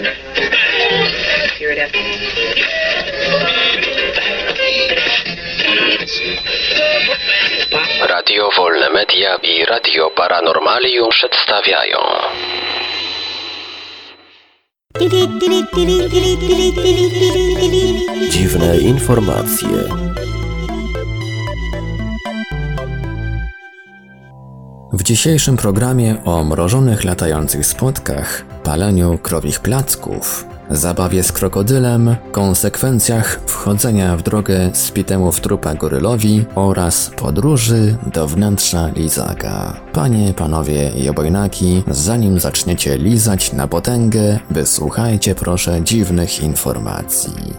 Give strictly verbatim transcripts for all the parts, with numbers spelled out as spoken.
Radio Wolne Media i Radio Paranormalium przedstawiają dziwne informacje. W dzisiejszym programie o mrożonych latających spotkach, paleniu krowich placków, zabawie z krokodylem, konsekwencjach wchodzenia w drogę spitemu w trupa gorylowi oraz podróży do wnętrza lizaka. Panie, panowie i obojnaki, zanim zaczniecie lizać na potęgę, wysłuchajcie proszę dziwnych informacji.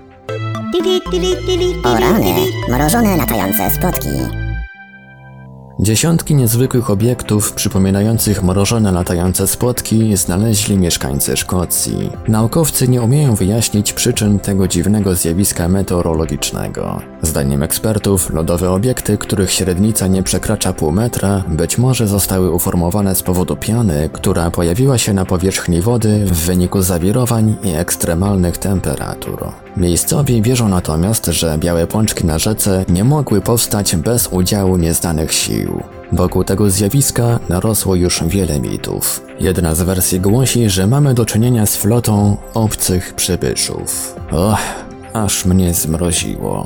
O rany, mrożone latające spotki. Dziesiątki niezwykłych obiektów przypominających mrożone latające spotki znaleźli mieszkańcy Szkocji. Naukowcy nie umieją wyjaśnić przyczyn tego dziwnego zjawiska meteorologicznego. Zdaniem ekspertów, lodowe obiekty, których średnica nie przekracza pół metra, być może zostały uformowane z powodu piany, która pojawiła się na powierzchni wody w wyniku zawirowań i ekstremalnych temperatur. Miejscowi wierzą natomiast, że białe pączki na rzece nie mogły powstać bez udziału nieznanych sił. Wokół tego zjawiska narosło już wiele mitów. Jedna z wersji głosi, że mamy do czynienia z flotą obcych przybyszów. Och, aż mnie zmroziło.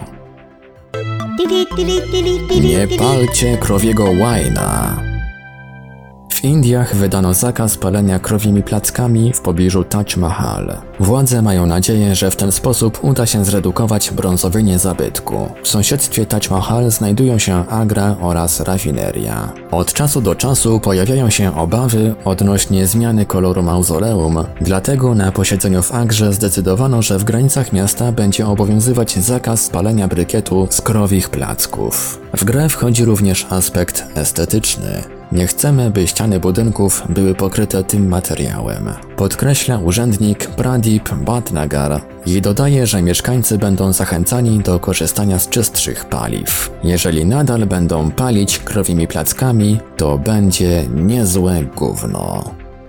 Nie palcie krowiego łajna. W Indiach wydano zakaz palenia krowimi plackami w pobliżu Taj Mahal. Władze mają nadzieję, że w ten sposób uda się zredukować brązowienie zabytku. W sąsiedztwie Taj Mahal znajdują się agra oraz rafineria. Od czasu do czasu pojawiają się obawy odnośnie zmiany koloru mauzoleum, dlatego na posiedzeniu w agrze zdecydowano, że w granicach miasta będzie obowiązywać zakaz palenia brykietu z krowich placków. W grę wchodzi również aspekt estetyczny. Nie chcemy, by ściany budynków były pokryte tym materiałem, podkreśla urzędnik Pradip Bhatnagar i dodaje, że mieszkańcy będą zachęcani do korzystania z czystszych paliw. Jeżeli nadal będą palić krowimi plackami, to będzie niezłe gówno.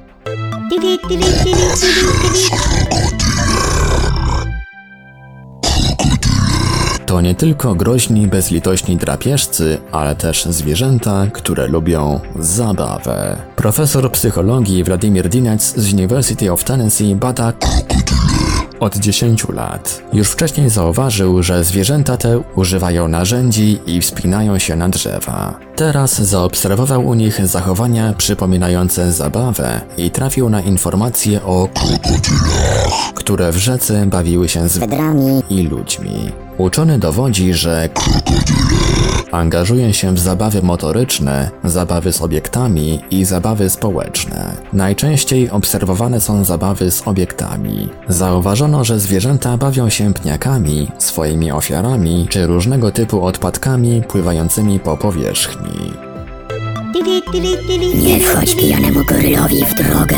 To nie tylko groźni, bezlitośni drapieżcy, ale też zwierzęta, które lubią zabawę. Profesor psychologii Wladimir Dinec z University of Tennessee bada od dziesięciu lat. Już wcześniej zauważył, że zwierzęta te używają narzędzi i wspinają się na drzewa. Teraz zaobserwował u nich zachowania przypominające zabawę i trafił na informacje o krokodylach, które w rzece bawiły się z wydrami i ludźmi. Uczony dowodzi, że krokodyle angażują się w zabawy motoryczne, zabawy z obiektami i zabawy społeczne. Najczęściej obserwowane są zabawy z obiektami. Zauważono, że zwierzęta bawią się pniakami, swoimi ofiarami czy różnego typu odpadkami pływającymi po powierzchni. Nie wchodź pijanemu gorylowi w drogę.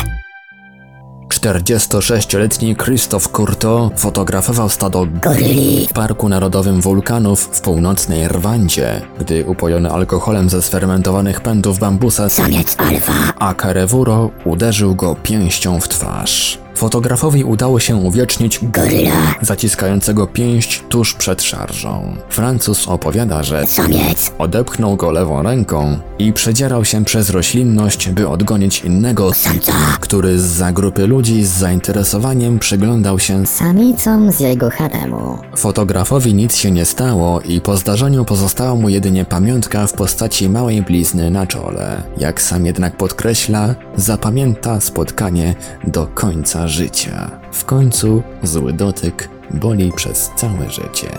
czterdziestosześcioletni Christophe Courteau fotografował stado goryli w Parku Narodowym Wulkanów w północnej Rwandzie, gdy upojony alkoholem ze sfermentowanych pędów bambusa samiec alfa Akarewuro uderzył go pięścią w twarz. Fotografowi udało się uwiecznić goryla zaciskającego pięść tuż przed szarżą. Francuz opowiada, że samiec odepchnął go lewą ręką i przedzierał się przez roślinność, by odgonić innego samca, który zza grupy ludzi z zainteresowaniem przyglądał się samicom z jego haremu. Fotografowi nic się nie stało i po zdarzeniu pozostała mu jedynie pamiątka w postaci małej blizny na czole. Jak sam jednak podkreśla, zapamięta spotkanie do końca życia. W końcu zły dotyk boli przez całe życie.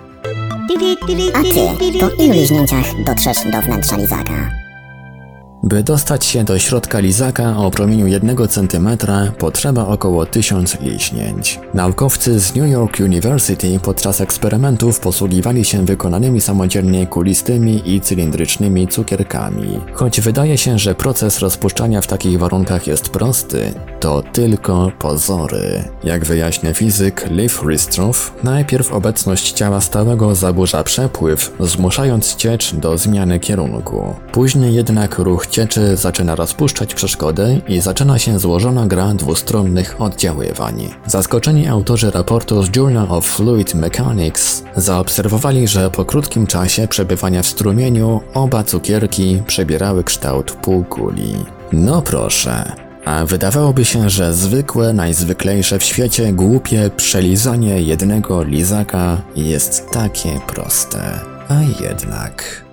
A ty, po ilu liźnięciach dotrzesz do wnętrza lizaka? By dostać się do środka lizaka o promieniu jednego centymetra potrzeba około tysiąc liśnięć. Naukowcy z New York University podczas eksperymentów posługiwali się wykonanymi samodzielnie kulistymi i cylindrycznymi cukierkami. Choć wydaje się, że proces rozpuszczania w takich warunkach jest prosty, to tylko pozory. Jak wyjaśnia fizyk Leif Ristroff, najpierw obecność ciała stałego zaburza przepływ, zmuszając ciecz do zmiany kierunku. Później jednak ruch cieczy zaczyna rozpuszczać przeszkody i zaczyna się złożona gra dwustronnych oddziaływań. Zaskoczeni autorzy raportu z Journal of Fluid Mechanics zaobserwowali, że po krótkim czasie przebywania w strumieniu oba cukierki przybierały kształt półkuli. No proszę. A wydawałoby się, że zwykłe, najzwyklejsze w świecie głupie przelizanie jednego lizaka jest takie proste. A jednak...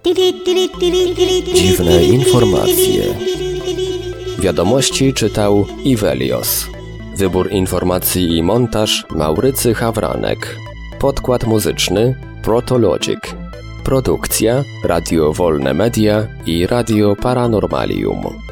Dziwne informacje. Wiadomości czytał Ivelios. Wybór informacji i montaż Maurycy Hawranek. Podkład muzyczny Protologic. Produkcja Radio Wolne Media i Radio Paranormalium.